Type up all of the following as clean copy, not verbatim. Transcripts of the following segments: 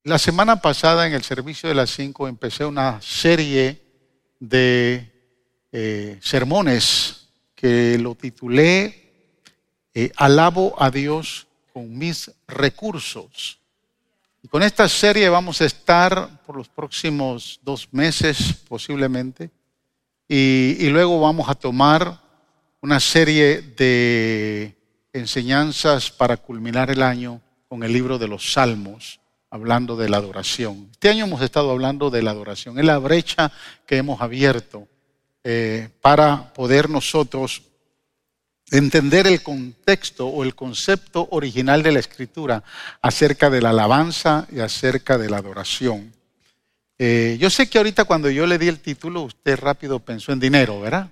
La semana pasada en el servicio de las 5 empecé una serie de sermones que lo titulé Alabo a Dios con mis recursos. Y con esta serie vamos a estar por los próximos 2 meses posiblemente. Y luego vamos a tomar una serie de enseñanzas para culminar el año con el libro de los Salmos, hablando de la adoración. Este año hemos estado hablando de la adoración. Es la brecha que hemos abierto para poder nosotros entender el contexto o el concepto original de la Escritura acerca de la alabanza y acerca de la adoración. Yo sé que ahorita cuando yo le di el título, usted rápido pensó en dinero, ¿verdad?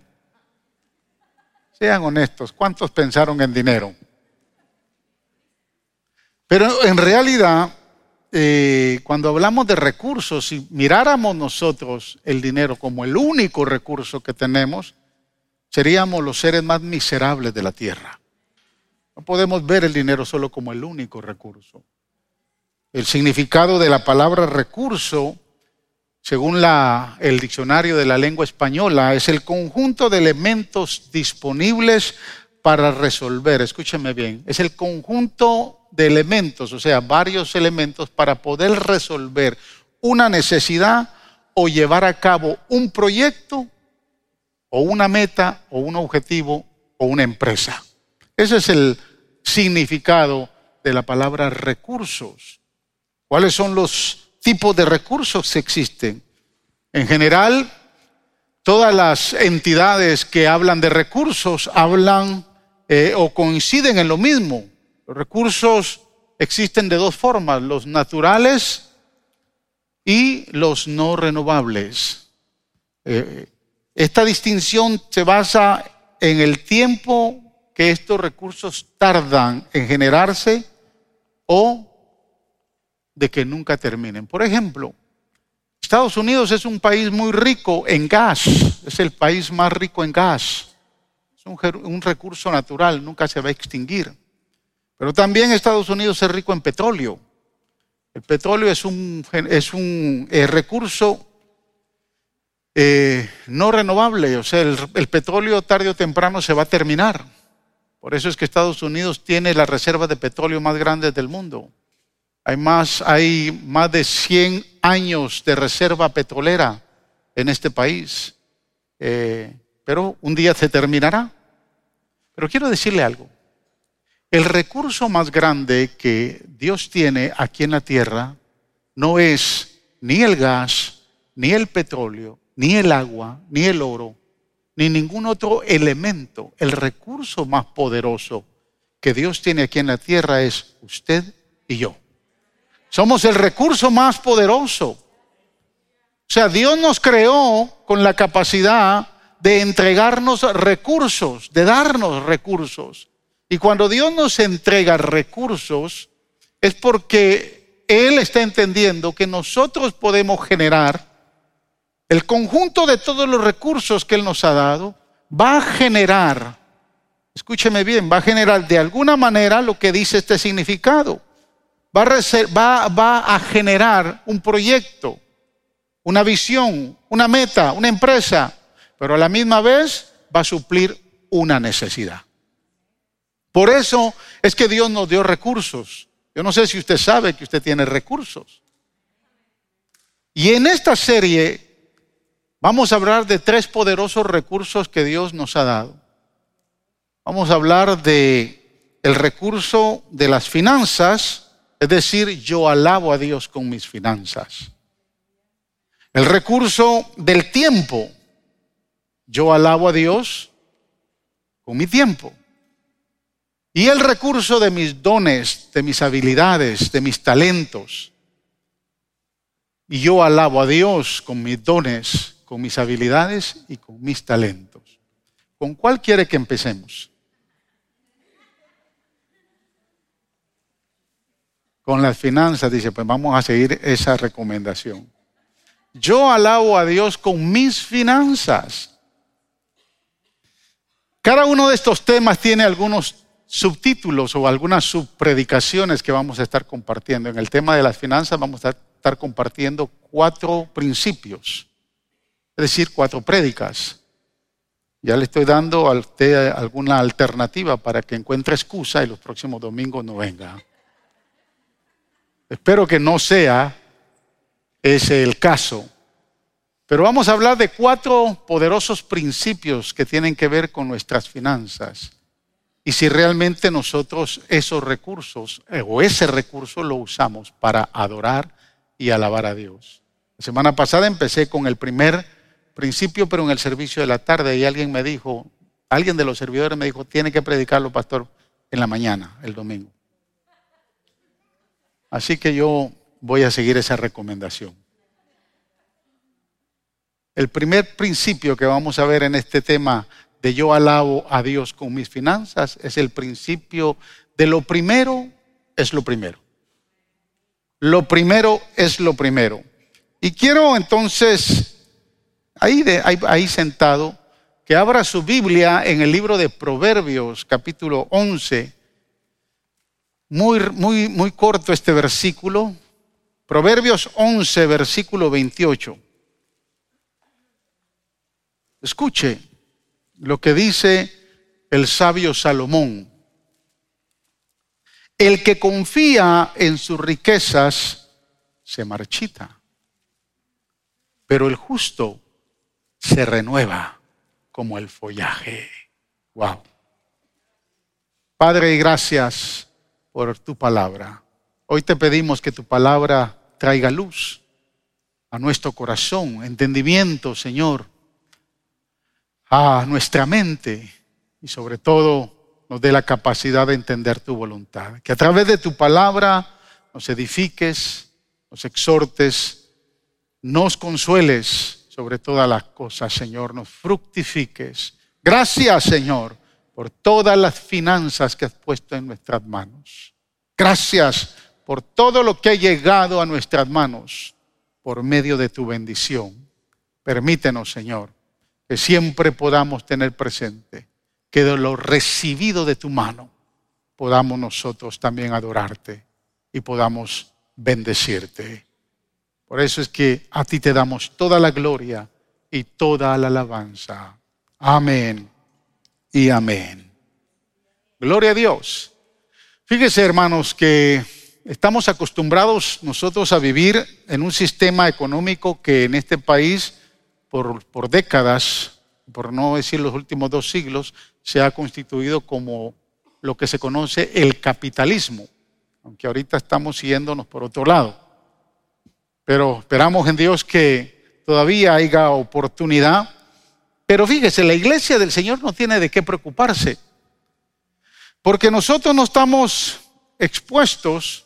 Sean honestos, ¿cuántos pensaron en dinero? Pero en realidad, cuando hablamos de recursos, si miráramos nosotros el dinero como el único recurso que tenemos, seríamos los seres más miserables de la tierra. No podemos ver el dinero solo como el único recurso. El significado de la palabra recurso, según el diccionario de la lengua española, es el conjunto de elementos disponibles para resolver. Escúcheme bien, es el conjunto de elementos, o sea, varios elementos para poder resolver una necesidad o llevar a cabo un proyecto o una meta o un objetivo o una empresa. Ese es el significado de la palabra recursos. ¿Cuáles son los tipos de recursos que existen? En general, todas las entidades que hablan de recursos hablan o coinciden en lo mismo. Los recursos existen de 2 formas, los naturales y los no renovables. Esta distinción se basa en el tiempo que estos recursos tardan en generarse o de que nunca terminen. Por ejemplo, Estados Unidos es un país muy rico en gas, es el país más rico en gas. Es un recurso natural, nunca se va a extinguir. Pero también Estados Unidos es rico en petróleo. El petróleo es un recurso no renovable, o sea, el petróleo tarde o temprano se va a terminar. Por eso es que Estados Unidos tiene la reserva de petróleo más grande del mundo. Hay más de 100 años de reserva petrolera en este país. Pero un día se terminará. Pero quiero decirle algo. El recurso más grande que Dios tiene aquí en la tierra no es ni el gas, ni el petróleo, ni el agua, ni el oro, ni ningún otro elemento. El recurso más poderoso que Dios tiene aquí en la tierra es usted y yo. Somos el recurso más poderoso. O sea, Dios nos creó con la capacidad de entregarnos recursos, de darnos recursos. Y cuando Dios nos entrega recursos, es porque Él está entendiendo que nosotros podemos generar el conjunto de todos los recursos que Él nos ha dado, va a generar, escúcheme bien, va a generar de alguna manera lo que dice este significado. Va a generar un proyecto, una visión, una meta, una empresa, pero a la misma vez va a suplir una necesidad. Por eso es que Dios nos dio recursos. Yo no sé si usted sabe que usted tiene recursos. Y en esta serie vamos a hablar de 3 poderosos recursos que Dios nos ha dado. Vamos a hablar de el recurso de las finanzas, es decir, yo alabo a Dios con mis finanzas. El recurso del tiempo, yo alabo a Dios con mi tiempo. Y el recurso de mis dones, de mis habilidades, de mis talentos. Y yo alabo a Dios con mis dones, con mis habilidades y con mis talentos. ¿Con cuál quiere que empecemos? Con las finanzas, dice, pues vamos a seguir esa recomendación. Yo alabo a Dios con mis finanzas. Cada uno de estos temas tiene algunos subtítulos o algunas subpredicaciones que vamos a estar compartiendo. En el tema de las finanzas vamos a estar compartiendo 4 principios, es decir, 4 prédicas. Ya le estoy dando a usted alguna alternativa para que encuentre excusa y los próximos domingos no venga. Espero que no sea ese el caso. Pero vamos a hablar de 4 poderosos principios que tienen que ver con nuestras finanzas. Y si realmente nosotros esos recursos o ese recurso lo usamos para adorar y alabar a Dios. La semana pasada empecé con el primer principio, pero en el servicio de la tarde, y alguien de los servidores me dijo, tiene que predicarlo, pastor, en la mañana, el domingo. Así que yo voy a seguir esa recomendación. El primer principio que vamos a ver en este tema de yo alabo a Dios con mis finanzas es el principio de lo primero es lo primero. Lo primero es lo primero. Y quiero entonces, ahí sentado, que abra su Biblia en el libro de Proverbios, capítulo 11. Muy corto este versículo. Proverbios 11, versículo 28. Escuche lo que dice el sabio Salomón. El que confía en sus riquezas se marchita, pero el justo se renueva como el follaje. Wow. Padre, gracias por tu palabra. Hoy te pedimos que tu palabra traiga luz a nuestro corazón, entendimiento, Señor, a nuestra mente y sobre todo nos dé la capacidad de entender tu voluntad. Que a través de tu palabra nos edifiques, nos exhortes, nos consueles sobre todas las cosas, Señor, nos fructifiques. Gracias, Señor, por todas las finanzas que has puesto en nuestras manos. Gracias por todo lo que ha llegado a nuestras manos por medio de tu bendición. Permítenos, Señor, que siempre podamos tener presente que de lo recibido de tu mano podamos nosotros también adorarte y podamos bendecirte. Por eso es que a ti te damos toda la gloria y toda la alabanza. Amén y amén. Gloria a Dios. Fíjese, hermanos, que estamos acostumbrados nosotros a vivir en un sistema económico que en este país por décadas, por no decir los últimos 2 siglos, se ha constituido como lo que se conoce el capitalismo, aunque ahorita estamos siguiéndonos por otro lado. Pero esperamos en Dios que todavía haya oportunidad. Pero fíjese, la iglesia del Señor no tiene de qué preocuparse, porque nosotros no estamos expuestos,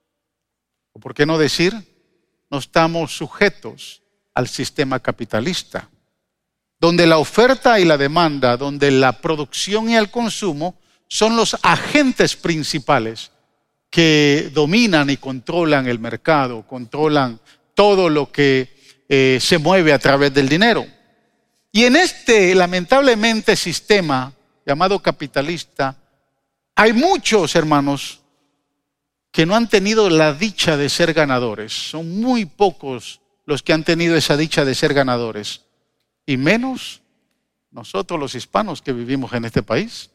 o por qué no decir, no estamos sujetos al sistema capitalista, donde la oferta y la demanda, donde la producción y el consumo son los agentes principales que dominan y controlan el mercado, controlan todo lo que se mueve a través del dinero. Y en este, lamentablemente, sistema llamado capitalista, hay muchos, hermanos, que no han tenido la dicha de ser ganadores. Son muy pocos los que han tenido esa dicha de ser ganadores. Y menos nosotros los hispanos que vivimos en este país.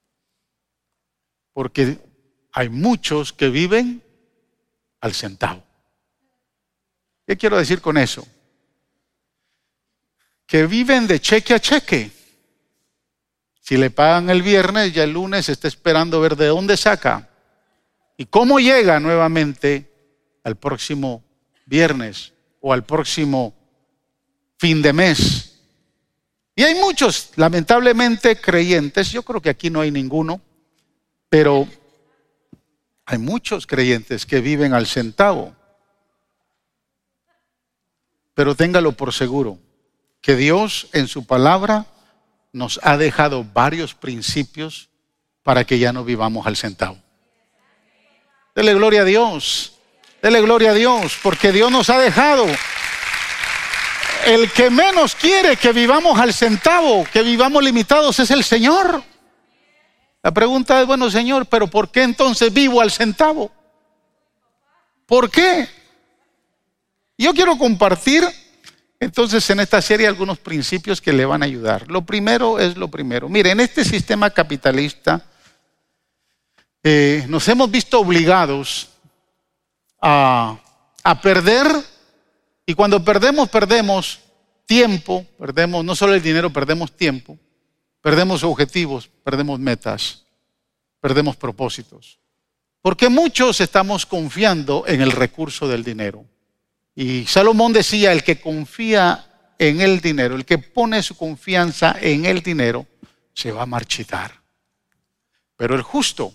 Porque hay muchos que viven al centavo. ¿Qué quiero decir con eso? Que viven de cheque a cheque. Si le pagan el viernes, ya el lunes está esperando ver de dónde saca y cómo llega nuevamente al próximo viernes o al próximo fin de mes. Y hay muchos, lamentablemente, creyentes, yo creo que aquí no hay ninguno, pero hay muchos creyentes que viven al centavo. Pero téngalo por seguro, que Dios en su palabra nos ha dejado varios principios para que ya no vivamos al centavo. Dele gloria a Dios, dele gloria a Dios, porque Dios nos ha dejado. El que menos quiere que vivamos al centavo, que vivamos limitados, es el Señor. La pregunta es, bueno, Señor, ¿pero por qué entonces vivo al centavo? ¿Por qué? Yo quiero compartir entonces en esta serie algunos principios que le van a ayudar. Lo primero es lo primero. Mire, en este sistema capitalista nos hemos visto obligados a perder, y cuando perdemos tiempo, perdemos no solo el dinero, perdemos tiempo, perdemos objetivos, perdemos metas, perdemos propósitos. Porque muchos estamos confiando en el recurso del dinero. Y Salomón decía, el que confía en el dinero, el que pone su confianza en el dinero, se va a marchitar. Pero el justo,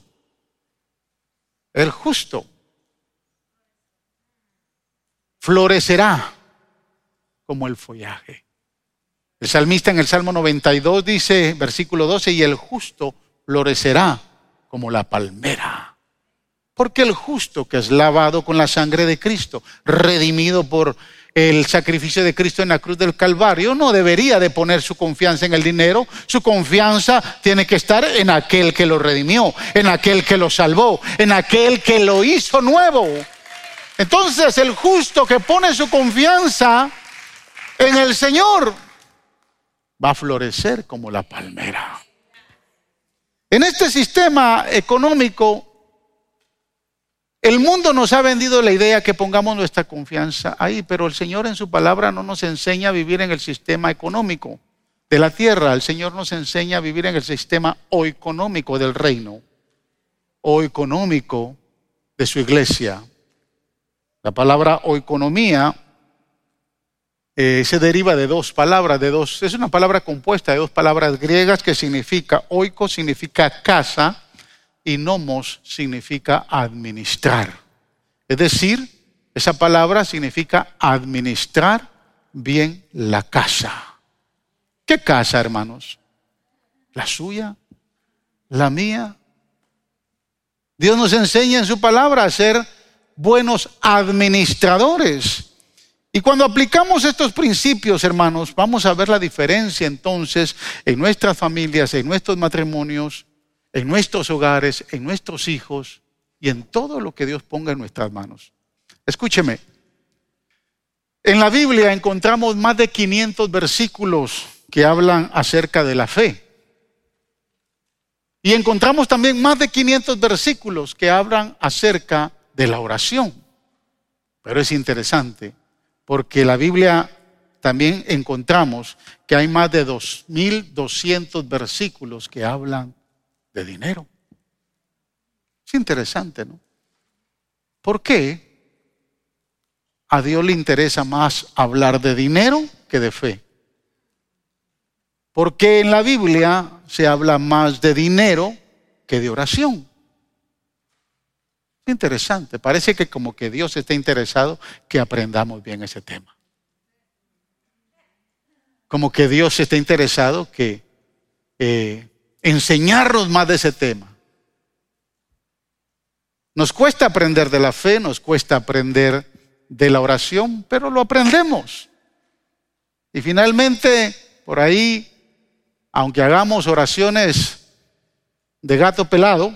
florecerá como el follaje. El salmista en el Salmo 92 dice, versículo 12, y el justo florecerá como la palmera. Porque el justo, que es lavado con la sangre de Cristo, redimido por el sacrificio de Cristo en la cruz del Calvario, no debería de poner su confianza en el dinero. Su confianza tiene que estar en aquel que lo redimió, en aquel que lo salvó, en aquel que lo hizo nuevo. Entonces el justo que pone su confianza en el Señor va a florecer como la palmera. En este sistema económico, el mundo nos ha vendido la idea que pongamos nuestra confianza ahí, pero el Señor en su palabra no nos enseña a vivir en el sistema económico de la tierra. El Señor nos enseña a vivir en el sistema oeconómico del reino, oeconómico de su iglesia. La palabra oeconomía se deriva de dos palabras, es una palabra compuesta de dos palabras griegas que significa, oiko significa casa, y nomos significa administrar. Es decir, esa palabra significa administrar bien la casa. ¿Qué casa, hermanos? ¿La suya? ¿La mía? Dios nos enseña en su palabra a ser buenos administradores. Y cuando aplicamos estos principios, hermanos, vamos a ver la diferencia entonces en nuestras familias, en nuestros matrimonios, en nuestros hogares, en nuestros hijos y en todo lo que Dios ponga en nuestras manos. Escúcheme, en la Biblia encontramos más de 500 versículos que hablan acerca de la fe. Y encontramos también más de 500 versículos que hablan acerca de la oración. Pero es interesante, porque en la Biblia también encontramos que hay más de 2.200 versículos que hablan de dinero. Es interesante, ¿no? ¿Por qué a Dios le interesa más hablar de dinero que de fe? Porque en la Biblia se habla más de dinero que de oración. Es interesante, parece que como que Dios está interesado que aprendamos bien ese tema. Como que Dios está interesado que enseñarnos más de ese tema. Nos cuesta aprender de la fe, nos cuesta aprender de la oración, pero lo aprendemos. Y finalmente, por ahí, aunque hagamos oraciones de gato pelado,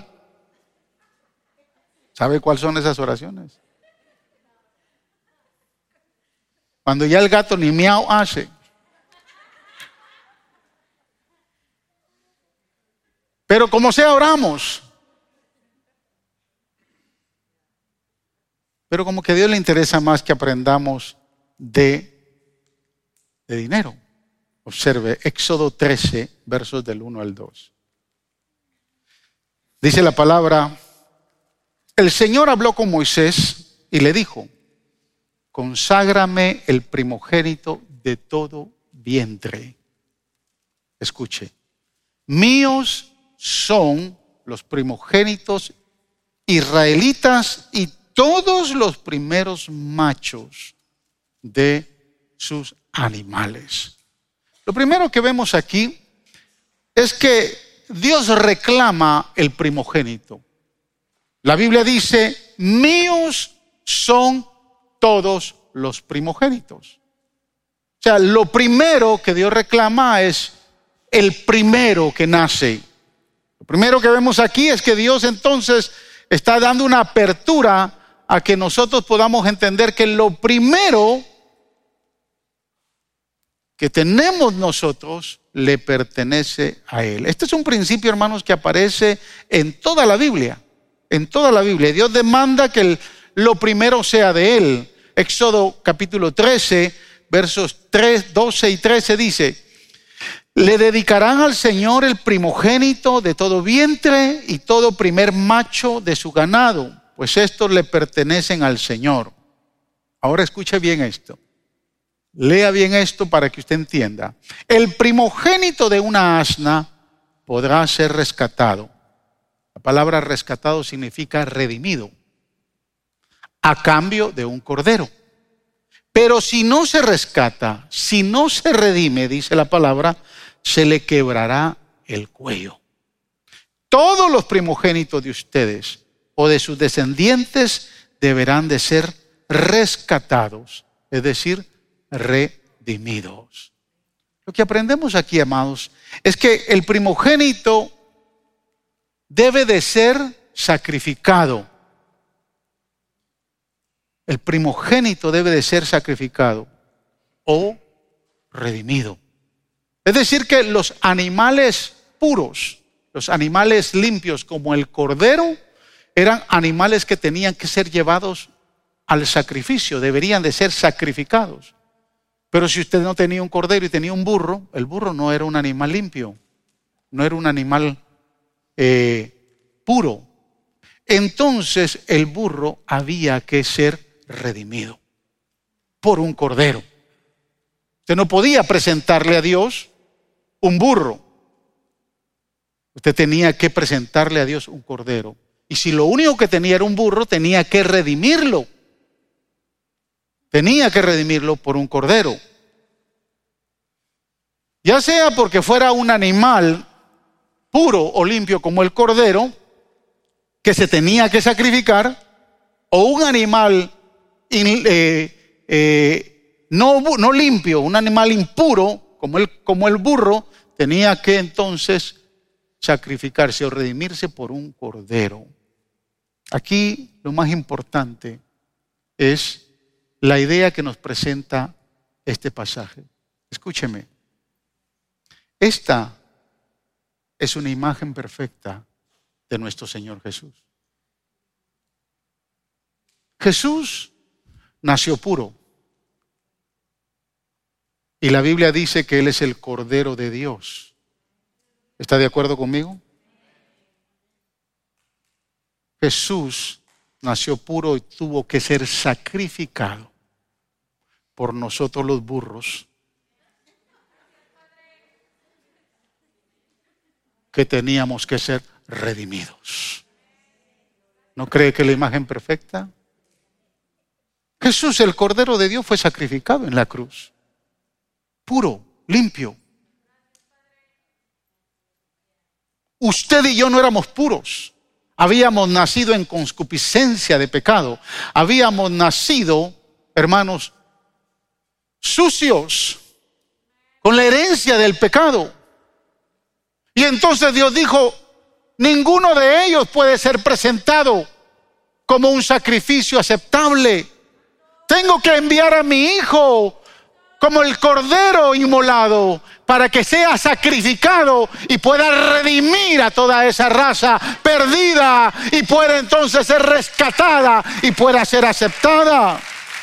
¿sabe cuáles son esas oraciones? Cuando ya el gato ni miau hace. Pero como sea, oramos. Pero como que a Dios le interesa más que aprendamos de dinero. Observe, Éxodo 13, versos del 1 al 2. Dice la palabra, el Señor habló con Moisés y le dijo, conságrame el primogénito de todo vientre. Escuche, míos son los primogénitos israelitas y todos los primeros machos de sus animales. Lo primero que vemos aquí es que Dios reclama el primogénito. La Biblia dice, míos son todos los primogénitos. O sea, lo primero que Dios reclama es el primero que nace. Lo primero que vemos aquí es que Dios entonces está dando una apertura a que nosotros podamos entender que lo primero que tenemos nosotros le pertenece a Él. Este es un principio, hermanos, que aparece en toda la Biblia. En toda la Biblia. Dios demanda que lo primero sea de Él. Éxodo capítulo 13, versos 12 y 13 dice: le dedicarán al Señor el primogénito de todo vientre y todo primer macho de su ganado, pues estos le pertenecen al Señor. Ahora escuche bien esto. Lea bien esto para que usted entienda. El primogénito de una asna podrá ser rescatado. La palabra rescatado significa redimido, a cambio de un cordero. Pero si no se rescata, si no se redime, dice la palabra, se le quebrará el cuello. Todos los primogénitos de ustedes o de sus descendientes deberán de ser rescatados, es decir, redimidos. Lo que aprendemos aquí, amados, es que el primogénito debe de ser sacrificado. El primogénito debe de ser sacrificado o redimido. Es decir, que los animales puros, los animales limpios como el cordero, eran animales que tenían que ser llevados al sacrificio, deberían de ser sacrificados. Pero si usted no tenía un cordero y tenía un burro, el burro no era un animal limpio, no era un animal puro. Entonces el burro había que ser redimido por un cordero. Usted no podía presentarle a Dios un burro. Usted tenía que presentarle a Dios un cordero. Y si lo único que tenía era un burro, tenía que redimirlo. Tenía que redimirlo por un cordero. Ya sea porque fuera un animal puro o limpio como el cordero, que se tenía que sacrificar, o un animal no limpio, un animal impuro como el burro, tenía que entonces sacrificarse o redimirse por un cordero. Aquí lo más importante es la idea que nos presenta este pasaje. Escúcheme. Esta es una imagen perfecta de nuestro Señor Jesús. Jesús nació puro. Y la Biblia dice que Él es el Cordero de Dios. ¿Está de acuerdo conmigo? Jesús nació puro y tuvo que ser sacrificado por nosotros los burros que teníamos que ser redimidos. ¿No cree que es la imagen perfecta? Jesús, el Cordero de Dios, fue sacrificado en la cruz. Puro, limpio. Usted y yo no éramos puros. Habíamos nacido en concupiscencia de pecado. Habíamos nacido, hermanos, sucios, con la herencia del pecado. Y entonces Dios dijo, ninguno de ellos puede ser presentado como un sacrificio aceptable. Tengo que enviar a mi hijo como el cordero inmolado para que sea sacrificado y pueda redimir a toda esa raza perdida y pueda entonces ser rescatada y pueda ser aceptada.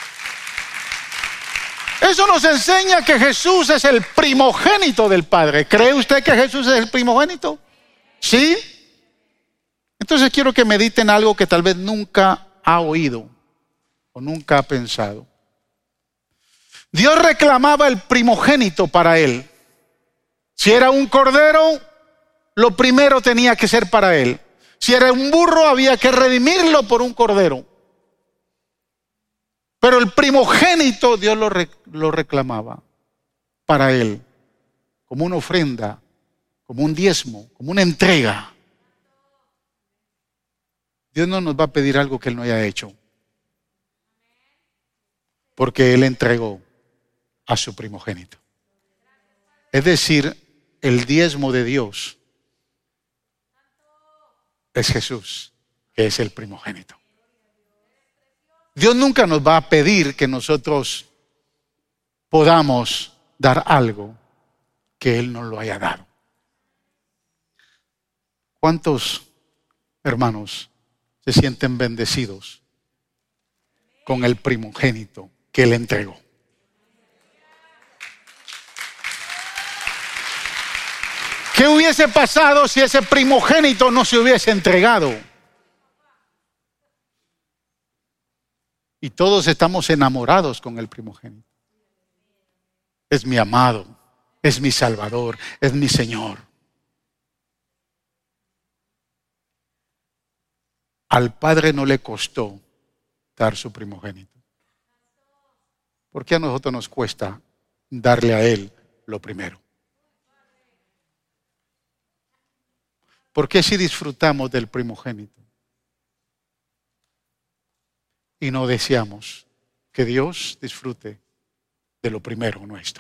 Eso nos enseña que Jesús es el primogénito del Padre. ¿Cree usted que Jesús es el primogénito? ¿Sí? Entonces quiero que mediten algo que tal vez nunca ha oído o nunca ha pensado. Dios reclamaba el primogénito para Él. Si era un cordero, lo primero tenía que ser para Él. Si era un burro, había que redimirlo por un cordero. Pero el primogénito Dios lo reclamaba para Él, como una ofrenda, como un diezmo, como una entrega. Dios no nos va a pedir algo que Él no haya hecho, porque Él entregó a su primogénito. Es decir, el diezmo de Dios es Jesús, que es el primogénito. Dios nunca nos va a pedir que nosotros podamos dar algo que Él nos lo haya dado. ¿Cuántos hermanos se sienten bendecidos con el primogénito que Él entregó? ¿Qué hubiese pasado si ese primogénito no se hubiese entregado? Y todos estamos enamorados con el primogénito. Es mi amado, es mi Salvador, es mi Señor. Al Padre no le costó dar su primogénito. ¿Por qué a nosotros nos cuesta darle a Él lo primero? ¿Por qué si disfrutamos del primogénito y no deseamos que Dios disfrute de lo primero nuestro?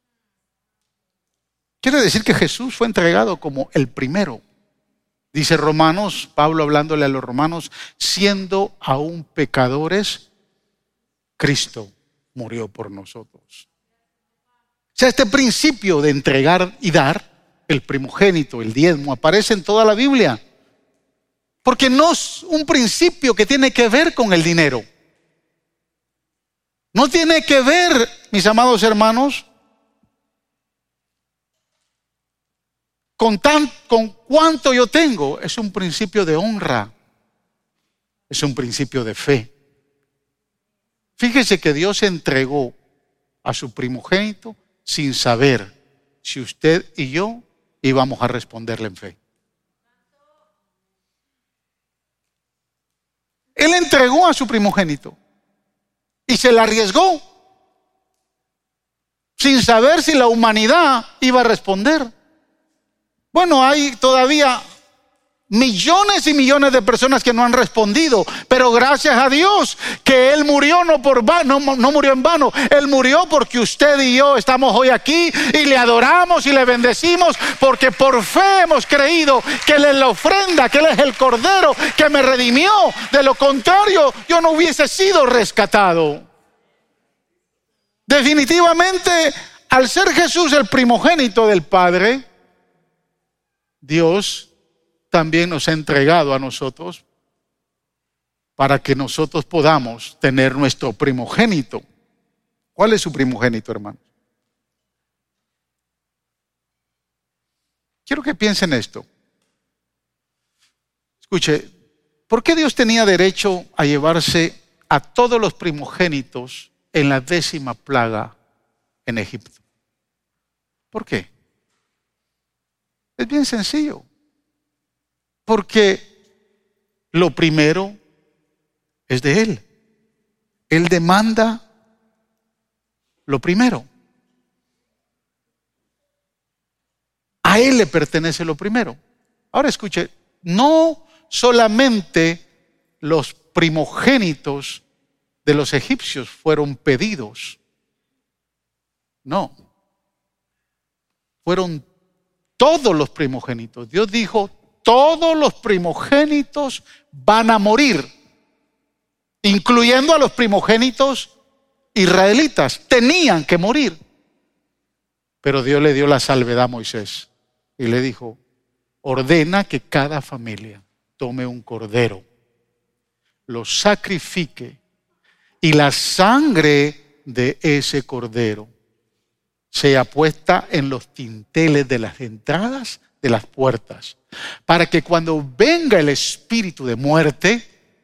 Quiere decir que Jesús fue entregado como el primero. Dice Romanos, Pablo hablándole a los romanos, siendo aún pecadores, Cristo murió por nosotros. O sea, este principio de entregar y dar, el primogénito, el diezmo, aparece en toda la Biblia. Porque no es un principio que tiene que ver con el dinero. No tiene que ver, mis amados hermanos, con cuánto yo tengo. Es un principio de honra. Es un principio de fe. Fíjese que Dios entregó a su primogénito sin saber si usted y yo íbamos a responderle en fe. Él entregó a su primogénito y se le arriesgó sin saber si la humanidad iba a responder. Bueno, hay todavía millones y millones de personas que no han respondido, pero gracias a Dios que Él murió no murió en vano. Él murió porque usted y yo estamos hoy aquí y le adoramos y le bendecimos, porque por fe hemos creído que Él es la ofrenda, que Él es el Cordero que me redimió. De lo contrario, yo no hubiese sido rescatado. Definitivamente, al ser Jesús el primogénito del Padre, Dios también nos ha entregado a nosotros para que nosotros podamos tener nuestro primogénito. ¿Cuál es su primogénito, hermanos? Quiero que piensen esto. Escuche, ¿por qué Dios tenía derecho a llevarse a todos los primogénitos en la 10ª plaga en Egipto? ¿Por qué? Es bien sencillo. Porque lo primero es de Él. Él demanda lo primero. A Él le pertenece lo primero. Ahora escuche, no solamente los primogénitos de los egipcios fueron pedidos. No. Fueron todos los primogénitos. Dios dijo, todos los primogénitos van a morir, incluyendo a los primogénitos israelitas. Tenían que morir. Pero Dios le dio la salvedad a Moisés y le dijo, ordena que cada familia tome un cordero, lo sacrifique y la sangre de ese cordero sea puesta en los dinteles de las entradas de las puertas, para que cuando venga el espíritu de muerte,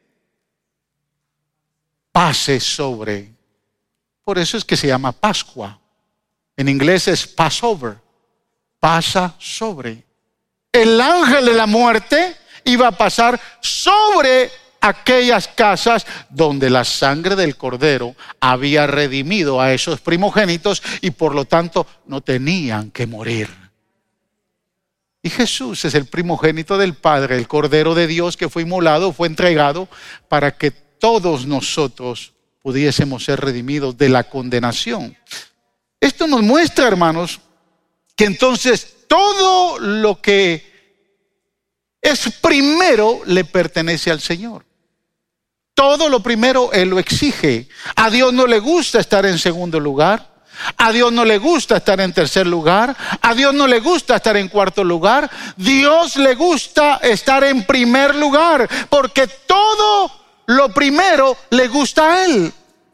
pase sobre. Por eso es que se llama Pascua. En inglés es Passover. Pasa sobre. El ángel de la muerte iba a pasar sobre aquellas casas donde la sangre del cordero había redimido a esos primogénitos y por lo tanto no tenían que morir. Y Jesús es el primogénito del Padre, el Cordero de Dios que fue inmolado, fue entregado para que todos nosotros pudiésemos ser redimidos de la condenación. Esto nos muestra, hermanos, que entonces todo lo que es primero le pertenece al Señor. Todo lo primero Él lo exige. A Dios no le gusta estar en segundo lugar. A Dios no le gusta estar en tercer lugar. A Dios no le gusta estar en cuarto lugar. Dios le gusta estar en primer lugar, porque todo lo primero le gusta a Él.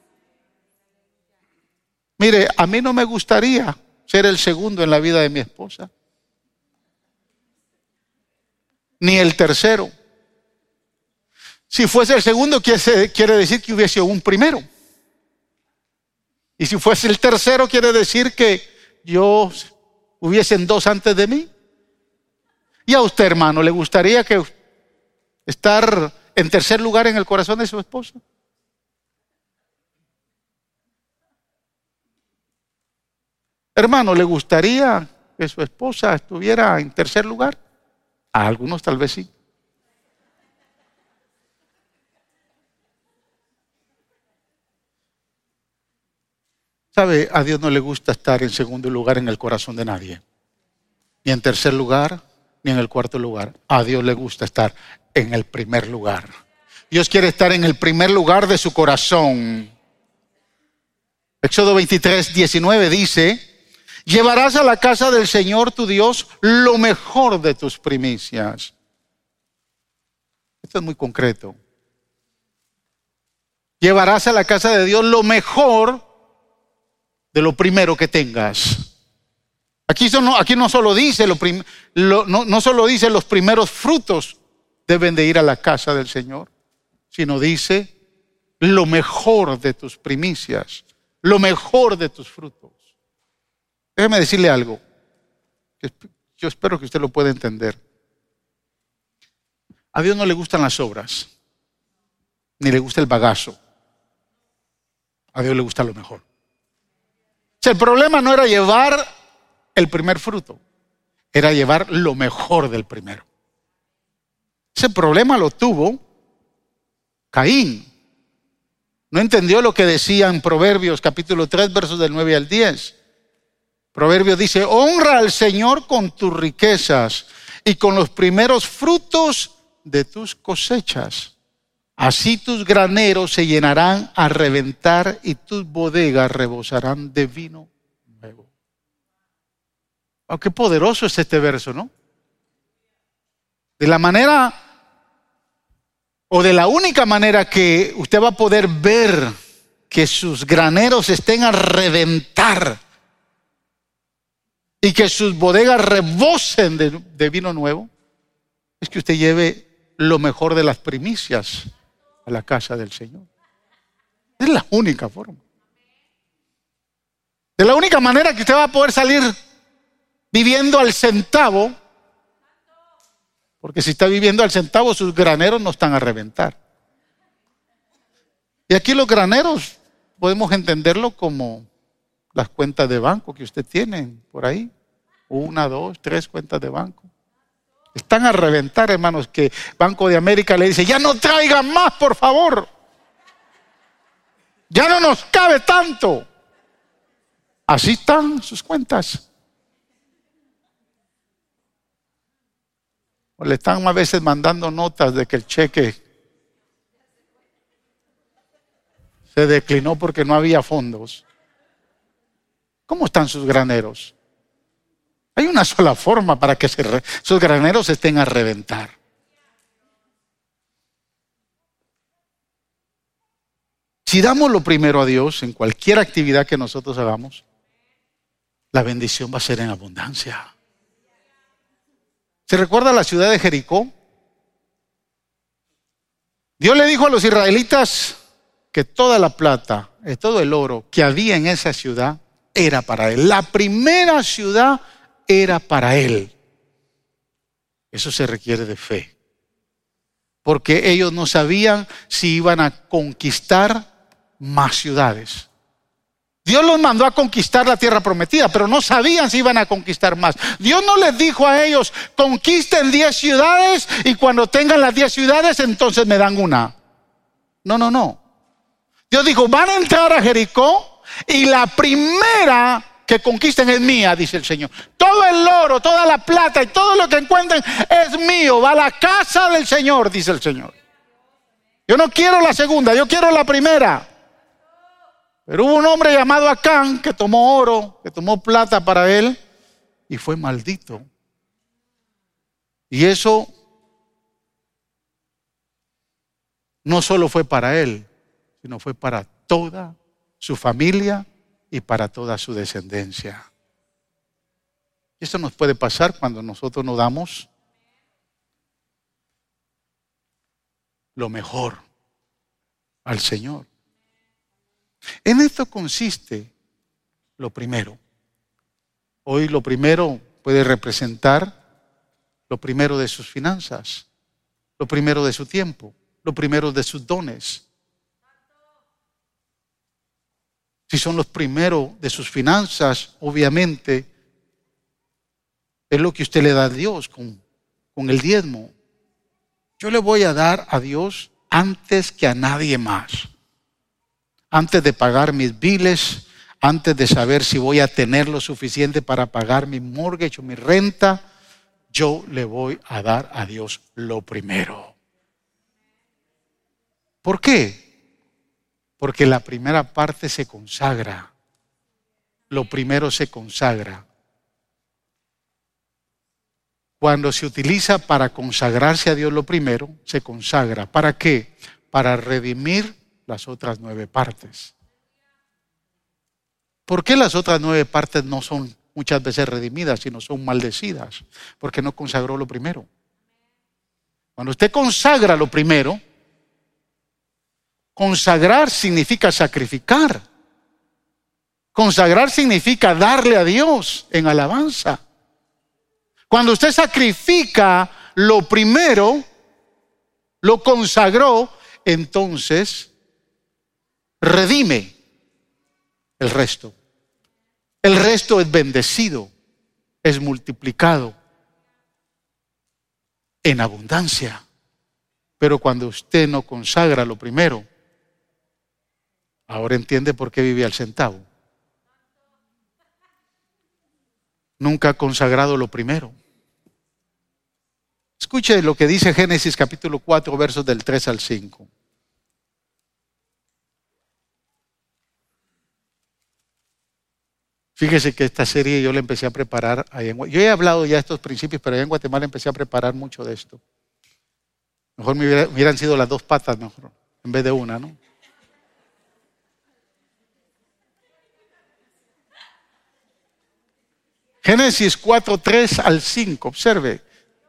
Mire, a mí no me gustaría ser el segundo en la vida de mi esposa, ni el tercero. Si fuese el segundo, quiere decir que hubiese un primero. Y si fuese el tercero, quiere decir que hubiesen dos antes de mí. ¿Y a usted, hermano, le gustaría estar en tercer lugar en el corazón de su esposa? Hermano, ¿le gustaría que su esposa estuviera en tercer lugar? A algunos tal vez sí. ¿Sabe? A Dios no le gusta estar en segundo lugar en el corazón de nadie. Ni en tercer lugar, ni en el cuarto lugar. A Dios le gusta estar en el primer lugar. Dios quiere estar en el primer lugar de su corazón. Éxodo 23:19 dice: llevarás a la casa del Señor tu Dios lo mejor de tus primicias. Esto es muy concreto. Llevarás a la casa de Dios lo mejor de lo primero que tengas. Aquí no solo dice no solo dice los primeros frutos deben de ir a la casa del Señor, sino dice lo mejor de tus primicias, lo mejor de tus frutos. Déjeme decirle algo, que yo espero que usted lo pueda entender. A Dios no le gustan las obras, ni le gusta el bagazo. A Dios le gusta lo mejor. O sea, el problema no era llevar el primer fruto, era llevar lo mejor del primero. Ese problema lo tuvo Caín. No entendió lo que decía en Proverbios capítulo 3, versos del 9 al 10. Proverbios dice: honra al Señor con tus riquezas y con los primeros frutos de tus cosechas. Así tus graneros se llenarán a reventar y tus bodegas rebosarán de vino nuevo. Oh, qué poderoso es este verso, ¿no? De la manera, o de la única manera que usted va a poder ver que sus graneros estén a reventar y que sus bodegas rebosen de vino nuevo, es que usted lleve lo mejor de las primicias a la casa del Señor. Es la única forma. De la única manera que usted va a poder salir viviendo al centavo, porque si está viviendo al centavo, sus graneros no están a reventar. Y aquí los graneros podemos entenderlo como las cuentas de banco que usted tiene por ahí. 1, 2, 3 cuentas de banco. Están a reventar, hermanos, que Banco de América le dice: ya no traigan más, por favor. Ya no nos cabe tanto. Así están sus cuentas. O le están a veces mandando notas de que el cheque se declinó porque no había fondos. ¿Cómo están sus graneros? Hay una sola forma para que sus graneros estén a reventar. Si damos lo primero a Dios en cualquier actividad que nosotros hagamos, la bendición va a ser en abundancia. ¿Se recuerda la ciudad de Jericó? Dios le dijo a los israelitas que toda la plata, todo el oro que había en esa ciudad era para él. La primera ciudad era para él. Eso se requiere de fe, porque ellos no sabían si iban a conquistar más ciudades. Dios los mandó a conquistar la tierra prometida, pero no sabían si iban a conquistar más. Dios no les dijo a ellos: conquisten 10 ciudades y cuando tengan las 10 ciudades entonces me dan una. No. Dios dijo: van a entrar a Jericó y la primera que conquisten es mía, dice el Señor. Todo el oro, toda la plata y todo lo que encuentren es mío. Va a la casa del Señor, dice el Señor. Yo no quiero la segunda, yo quiero la primera. Pero hubo un hombre llamado Acán que tomó oro, que tomó plata para él y fue maldito. Y eso no solo fue para él, sino fue para toda su familia y para toda su descendencia. Esto nos puede pasar cuando nosotros no damos lo mejor al Señor. En esto consiste lo primero. Hoy lo primero puede representar lo primero de sus finanzas, lo primero de su tiempo, lo primero de sus dones. Si son los primeros de sus finanzas, obviamente es lo que usted le da a Dios con el diezmo. Yo le voy a dar a Dios antes que a nadie más. Antes de pagar mis biles, antes de saber si voy a tener lo suficiente para pagar mi mortgage o mi renta, yo le voy a dar a Dios lo primero. ¿Por qué? Porque la primera parte se consagra. Lo primero se consagra. Cuando se utiliza para consagrarse a Dios lo primero, se consagra. ¿Para qué? Para redimir las otras 9 partes. ¿Por qué las otras 9 partes no son muchas veces redimidas, sino son maldecidas? Porque no consagró lo primero. Cuando usted consagra lo primero, consagrar significa sacrificar. Consagrar significa darle a Dios en alabanza. Cuando usted sacrifica lo primero, lo consagró, entonces redime el resto. El resto es bendecido, es multiplicado en abundancia. Pero cuando usted no consagra lo primero, ahora entiende por qué vive al centavo. Nunca ha consagrado lo primero. Escuche lo que dice Génesis capítulo 4, versos del 3 al 5. Fíjese que esta serie yo la empecé a preparar ahí en Guatemala. Yo he hablado ya de estos principios, pero allá en Guatemala empecé a preparar mucho de esto. Mejor me hubieran sido las 2 patas mejor, en vez de una, ¿no? Génesis 4, 3 al 5, observe.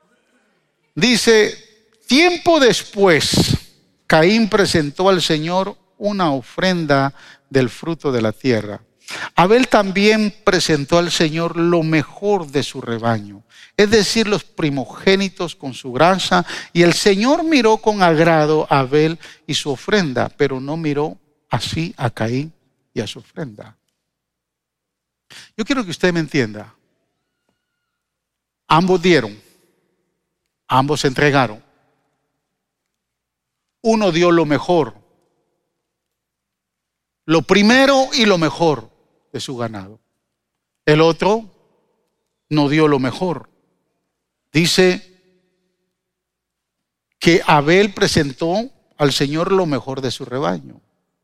Dice, tiempo después, Caín presentó al Señor una ofrenda del fruto de la tierra. Abel también presentó al Señor lo mejor de su rebaño, es decir, los primogénitos con su grasa, y el Señor miró con agrado a Abel y su ofrenda, pero no miró así a Caín y a su ofrenda. Yo quiero que usted me entienda. Ambos dieron, ambos se entregaron. Uno dio lo mejor, lo primero y lo mejor de su ganado. El otro no dio lo mejor. Dice que Abel presentó al Señor lo mejor de su rebaño.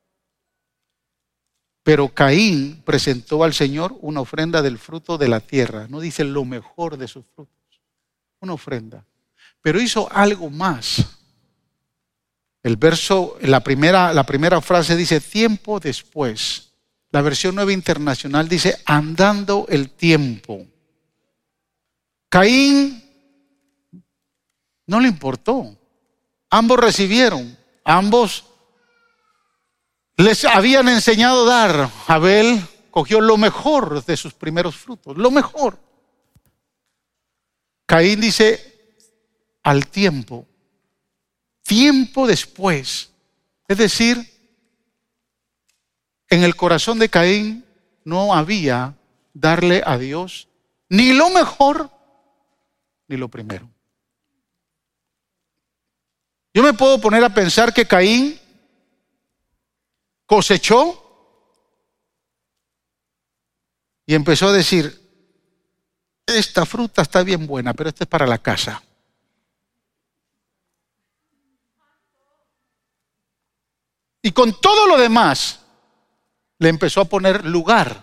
Pero Caín presentó al Señor una ofrenda del fruto de la tierra. No dice lo mejor de sus frutos. Una ofrenda. Pero hizo algo más. El verso, la primera frase dice tiempo después. La versión Nueva Internacional dice andando el tiempo. Caín no le importó. Ambos recibieron. Ambos les habían enseñado a dar. Abel cogió lo mejor de sus primeros frutos. Lo mejor. Caín dice al tiempo. Tiempo después. Es decir, en el corazón de Caín no había darle a Dios ni lo mejor ni lo primero. Yo me puedo poner a pensar que Caín cosechó Y empezó a decir, esta fruta está bien buena, pero esta es para la casa. Y con todo lo demás, le empezó a poner lugar.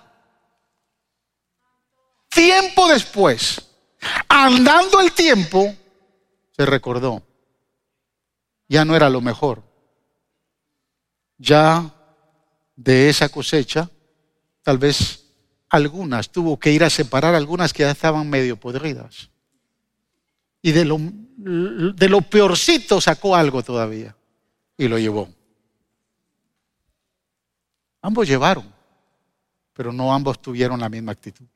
Tiempo después, andando el tiempo, se recordó. Ya no era lo mejor. Ya de esa cosecha, tal vez algunas, tuvo que ir a separar algunas que ya estaban medio podridas. Y de lo peorcito sacó algo todavía y lo llevó. Ambos llevaron, pero no ambos tuvieron la misma actitud.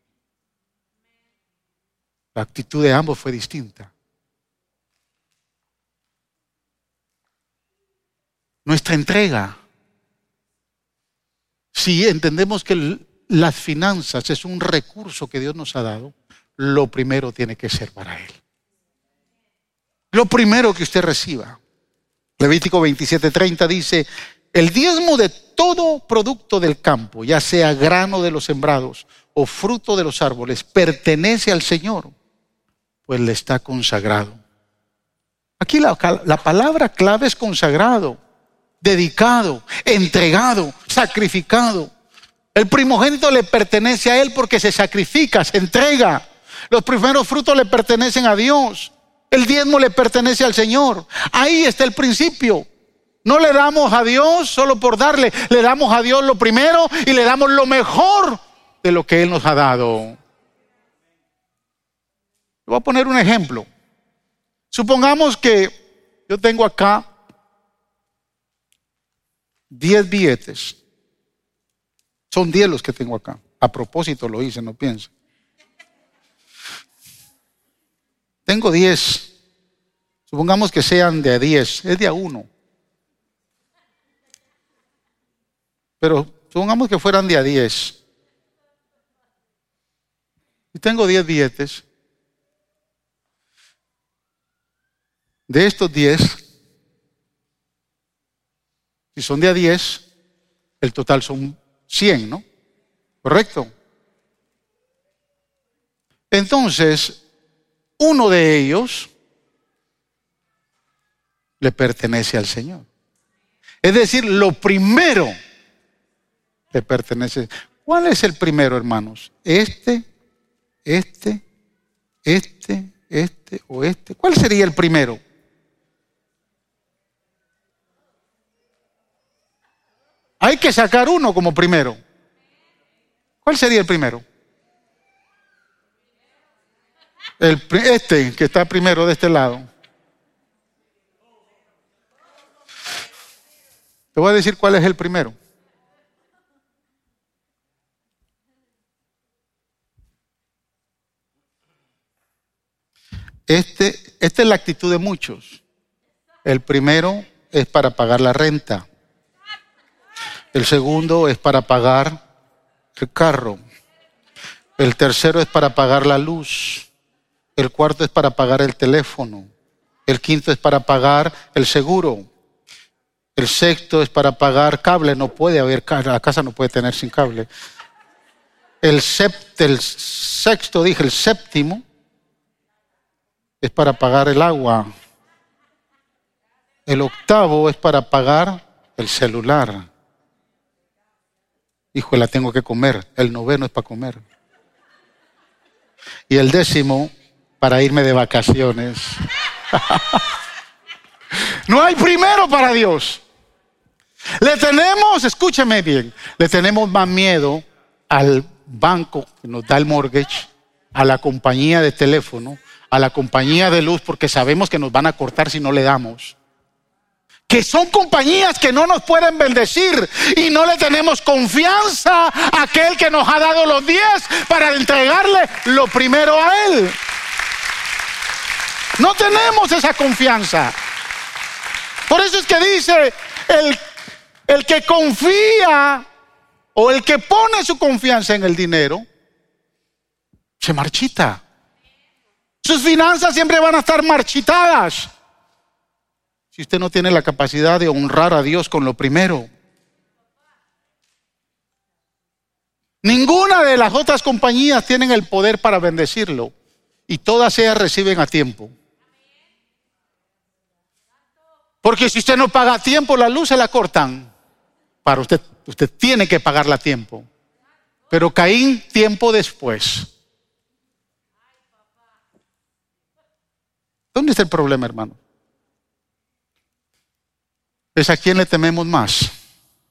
La actitud de ambos fue distinta. Nuestra entrega, si entendemos que las finanzas es un recurso que Dios nos ha dado, lo primero tiene que ser para Él. Lo primero que usted reciba. Levítico 27:30 dice, el diezmo de todo producto del campo, ya sea grano de los sembrados o fruto de los árboles, pertenece al Señor, pues le está consagrado. Aquí la palabra clave es consagrado, dedicado, entregado, sacrificado. El primogénito le pertenece a Él porque se sacrifica, se entrega. Los primeros frutos le pertenecen a Dios. El diezmo le pertenece al Señor. Ahí está el principio. No le damos a Dios solo por darle, le damos a Dios lo primero y le damos lo mejor de lo que Él nos ha dado. Voy a poner un ejemplo. Supongamos que yo tengo acá 10 billetes. Son 10 los que tengo acá. A propósito lo hice, no piensen. Tengo 10. Supongamos que sean de a 10. Es de a 1. Pero supongamos que fueran de a 10. Y tengo 10 billetes. De estos 10, si son de a 10, el total son 100, ¿no? ¿Correcto? Entonces, uno de ellos le pertenece al Señor. Es decir, lo primero le pertenece. ¿Cuál es el primero, hermanos? Este o este. ¿Cuál sería el primero? Hay que sacar uno como primero. ¿Cuál sería el primero? Este que está primero de este lado. Te voy a decir cuál es el primero. Esta es la actitud de muchos. El primero es para pagar la renta. El segundo es para pagar el carro. El tercero es para pagar la luz. El cuarto es para pagar el teléfono. El quinto es para pagar el seguro. El sexto es para pagar cable. No puede haber, la casa no puede tener sin cable. El sexto, dije, el séptimo es para pagar el agua. El octavo es para pagar el celular. Hijo, la tengo que comer. El noveno es para comer. Y el décimo, para irme de vacaciones. No hay primero para Dios. Le tenemos, escúcheme bien, le tenemos más miedo al banco que nos da el mortgage, a la compañía de teléfono, a la compañía de luz, porque sabemos que nos van a cortar si no le damos. Que son compañías que no nos pueden bendecir y no le tenemos confianza a aquel que nos ha dado los 10 para entregarle lo primero a Él. No tenemos esa confianza. Por eso es que dice, el que confía o el que pone su confianza en el dinero, se marchita. Sus finanzas siempre van a estar marchitadas. Si usted no tiene la capacidad de honrar a Dios con lo primero. Ninguna de las otras compañías tienen el poder para bendecirlo. Y todas ellas reciben a tiempo. Porque si usted no paga a tiempo, la luz se la cortan. Para usted tiene que pagarla a tiempo. Pero Caín, tiempo después. ¿Dónde está el problema, hermano? ¿Es a quién le tememos más? O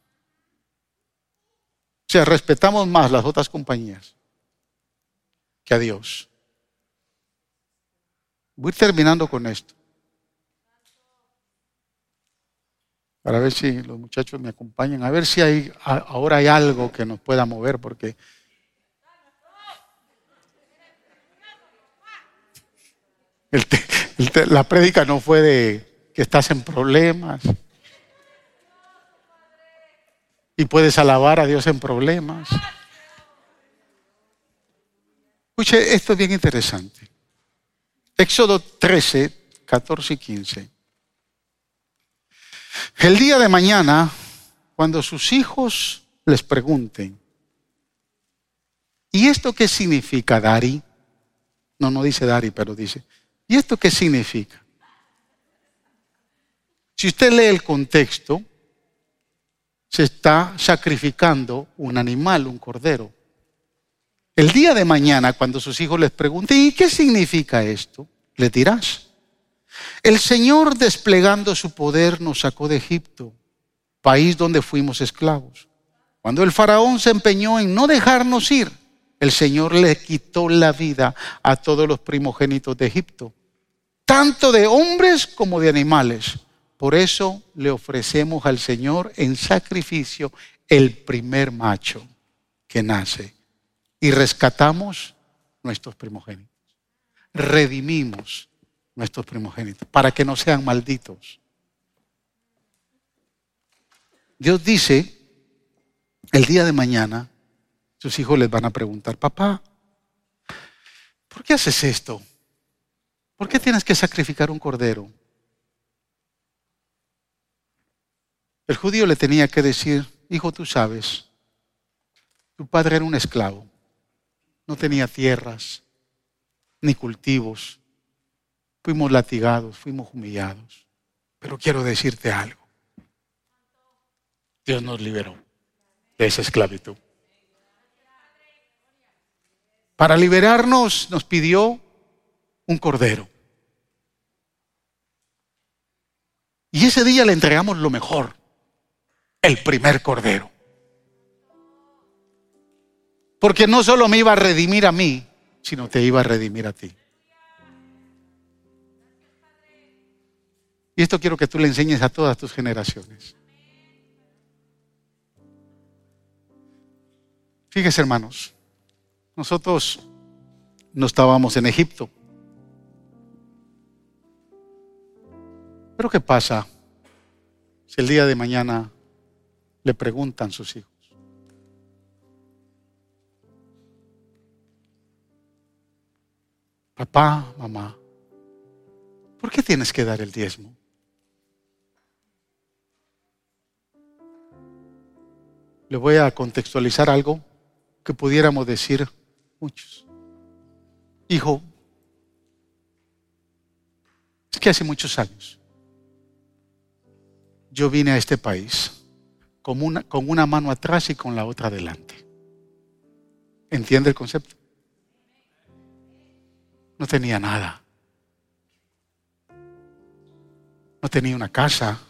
sea, respetamos más las otras compañías que a Dios. Voy a ir terminando con esto. Para ver si los muchachos me acompañan. A ver si ahora hay algo que nos pueda mover, porque la prédica no fue de que estás en problemas y puedes alabar a Dios en problemas. Escuche, esto es bien interesante. Éxodo 13, 14 y 15. El día de mañana, cuando sus hijos les pregunten, ¿y esto qué significa, Dari? No dice Dari, pero dice, ¿y esto qué significa? Si usted lee el contexto, se está sacrificando un animal, un cordero. El día de mañana, cuando sus hijos les pregunten, ¿y qué significa esto? Les dirás, el Señor, desplegando su poder, nos sacó de Egipto, país donde fuimos esclavos. Cuando el faraón se empeñó en no dejarnos ir, el Señor le quitó la vida a todos los primogénitos de Egipto, tanto de hombres como de animales. Por eso le ofrecemos al Señor en sacrificio el primer macho que nace y rescatamos nuestros primogénitos. Redimimos nuestros primogénitos para que no sean malditos. Dios dice, el día de mañana, sus hijos les van a preguntar, papá, ¿por qué haces esto? ¿Por qué tienes que sacrificar un cordero? El judío le tenía que decir, hijo, tú sabes, tu padre era un esclavo, no tenía tierras, ni cultivos, fuimos latigados, fuimos humillados. Pero quiero decirte algo, Dios nos liberó de esa esclavitud. Para liberarnos nos pidió un cordero. Y ese día le entregamos lo mejor, el primer cordero. Porque no solo me iba a redimir a mí, sino te iba a redimir a ti. Y esto quiero que tú le enseñes a todas tus generaciones. Fíjese, hermanos, nosotros no estábamos en Egipto. Pero ¿qué pasa si el día de mañana le preguntan sus hijos? Papá, mamá, ¿por qué tienes que dar el diezmo? Le voy a contextualizar algo que pudiéramos decir muchos. Hijo, es que hace muchos años yo vine a este país con una mano atrás y con la otra adelante. ¿Entiende el concepto? No tenía nada. No tenía una casa.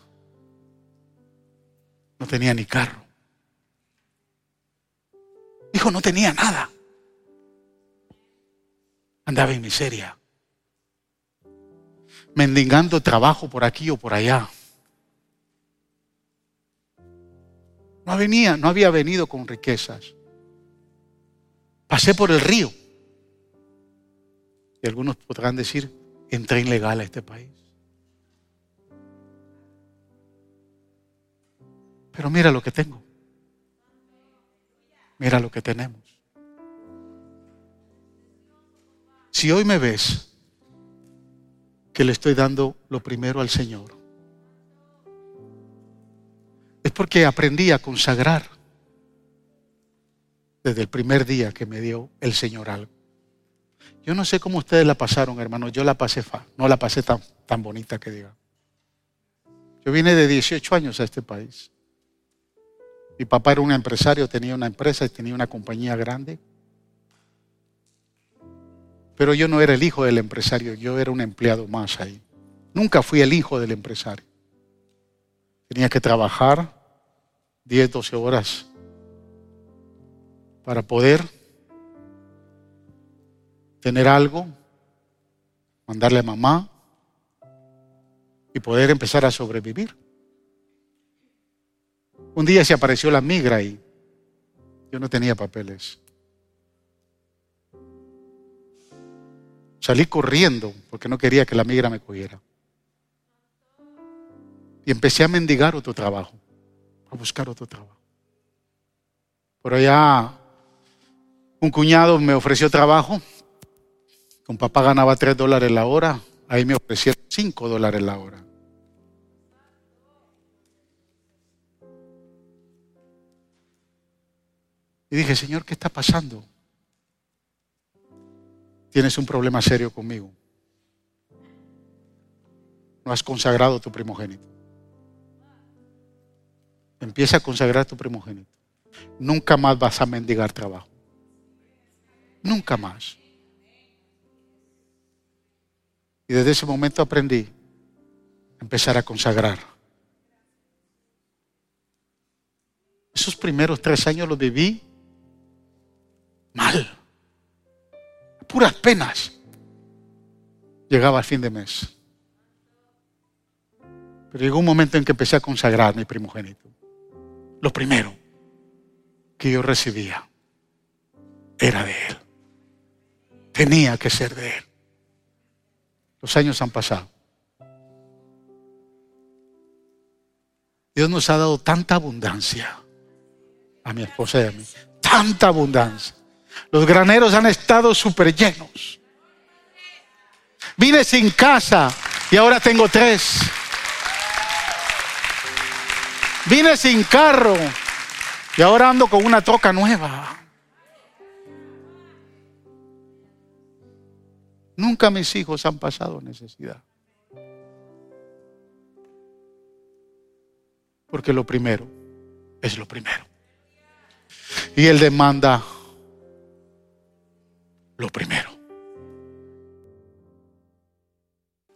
No tenía ni carro. Hijo, no tenía nada. Andaba en miseria, mendigando trabajo por aquí o por allá. No había venido con riquezas. Pasé por el río. Y algunos podrán decir, entré ilegal a este país. Pero mira lo que tengo. Mira lo que tenemos. Si hoy me ves que le estoy dando lo primero al Señor, es porque aprendí a consagrar. desde el primer día que me dio el Señor algo. Yo no sé cómo ustedes la pasaron, hermanos. Yo la pasé no la pasé tan bonita que diga. Yo vine de 18 años a este país. Mi papá era un empresario, tenía una empresa y tenía una compañía grande. Pero yo no era el hijo del empresario, yo era un empleado más ahí. Nunca fui el hijo del empresario. Tenía que trabajar 10, 12 horas para poder tener algo, mandarle a mamá y poder empezar a sobrevivir. Un día se apareció la migra y yo no tenía papeles. Salí corriendo porque no quería que la migra me cogiera. Y empecé a mendigar otro trabajo, a buscar otro trabajo. Por allá un cuñado me ofreció trabajo. Con papá ganaba $3 la hora. Ahí me ofrecieron $5 la hora. Y dije, Señor, ¿qué está pasando? Tienes un problema serio conmigo. No has consagrado tu primogénito. Empieza a consagrar tu primogénito. Nunca más vas a mendigar trabajo. Nunca más. Y desde ese momento aprendí a empezar a consagrar. Esos primeros 3 años los viví mal. A puras penas. Llegaba al fin de mes. Pero llegó un momento en que empecé a consagrar mi primogénito. Lo primero que yo recibía era de Él. Tenía que ser de Él. Los años han pasado. Dios nos ha dado tanta abundancia a mi esposa y a mí. Tanta abundancia. Los graneros han estado súper llenos. Vine sin casa y ahora tengo 3. Vine sin carro y ahora ando con una troca nueva. Nunca mis hijos han pasado necesidad. Porque lo primero es lo primero. Y Él demanda lo primero.